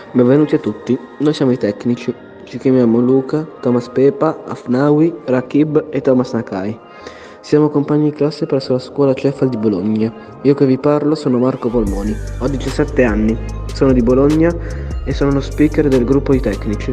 Benvenuti a tutti, noi siamo i tecnici, ci chiamiamo Luca, Thomas Pepa, Afnawi, Rakib e Thomas Nakai. Siamo compagni di classe presso la scuola Cefal di Bologna. Io che vi parlo sono Marco Polmoni, ho 17 anni, sono di Bologna e sono lo speaker del gruppo di tecnici.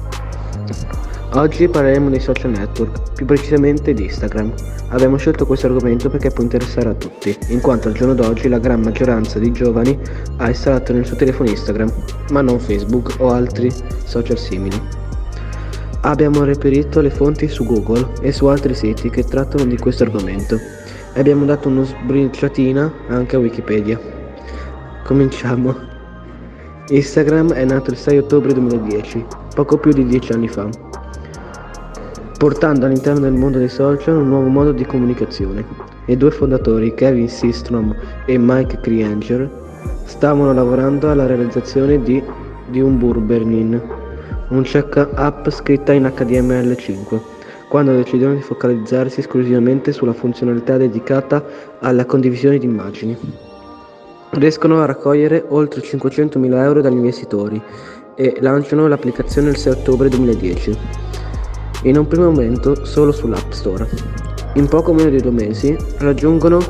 Oggi parleremo dei social network, più precisamente di Instagram. Abbiamo scelto questo argomento perché può interessare a tutti, in quanto al giorno d'oggi la gran maggioranza dei giovani ha installato nel suo telefono Instagram, ma non Facebook o altri social simili. Abbiamo reperito le fonti su Google e su altri siti che trattano di questo argomento e abbiamo dato una sbriciatina anche a Wikipedia. Cominciamo. Instagram è nato il 6 ottobre 2010, poco più di 10 anni fa, portando all'interno del mondo dei social un nuovo modo di comunicazione. I due fondatori, Kevin Systrom e Mike Krieger, stavano lavorando alla realizzazione di un Burberlin, un check app scritta in HTML5, quando decidono di focalizzarsi esclusivamente sulla funzionalità dedicata alla condivisione di immagini. Riescono a raccogliere oltre 500.000 euro dagli investitori e lanciano l'applicazione il 6 ottobre 2010. In un primo momento solo sull'App Store. In poco meno di 2 mesi raggiungono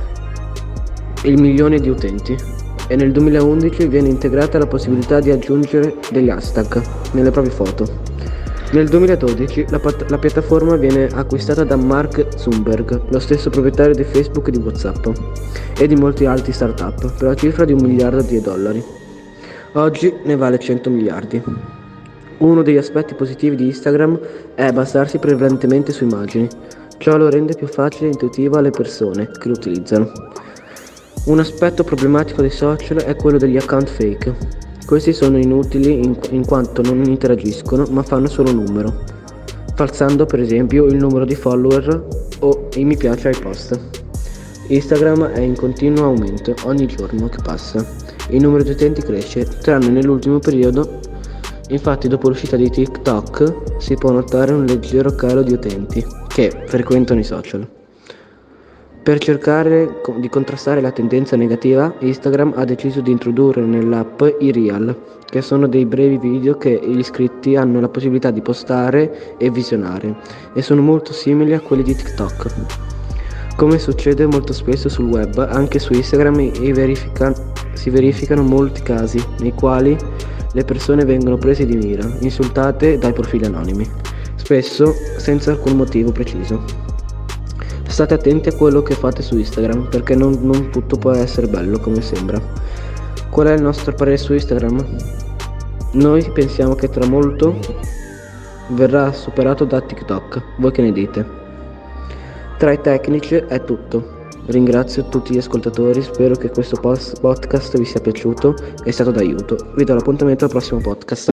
il 1 milione di utenti e nel 2011 viene integrata la possibilità di aggiungere degli hashtag nelle proprie foto. Nel 2012 la piattaforma viene acquistata da Mark Zuckerberg, lo stesso proprietario di Facebook e di WhatsApp e di molti altri start-up, per la cifra di $1 miliardo. Oggi ne vale 100 miliardi. Uno degli aspetti positivi di Instagram è basarsi prevalentemente su immagini. Ciò lo rende più facile e intuitivo alle persone che lo utilizzano. Un aspetto problematico dei social è quello degli account fake. Questi sono inutili in quanto non interagiscono ma fanno solo numero, falsando per esempio il numero di follower o i mi piace ai post. Instagram è in continuo aumento ogni giorno che passa. Il numero di utenti cresce, tranne nell'ultimo periodo. Infatti dopo l'uscita di TikTok si può notare un leggero calo di utenti che frequentano i social. Per cercare di contrastare la tendenza negativa, Instagram ha deciso di introdurre nell'app i Reel, che sono dei brevi video che gli iscritti hanno la possibilità di postare e visionare, e sono molto simili a quelli di TikTok. Come succede molto spesso sul web, anche su Instagram si verificano molti casi nei quali le persone vengono prese di mira, insultate dai profili anonimi, spesso senza alcun motivo preciso. State attenti a quello che fate su Instagram, perché non tutto può essere bello come sembra. Qual è il nostro parere su Instagram? Noi pensiamo che tra molto verrà superato da TikTok. Voi che ne dite? Tra i tecnici è tutto. Ringrazio tutti gli ascoltatori, spero che questo podcast vi sia piaciuto e sia stato d'aiuto. Vi do l'appuntamento al prossimo podcast.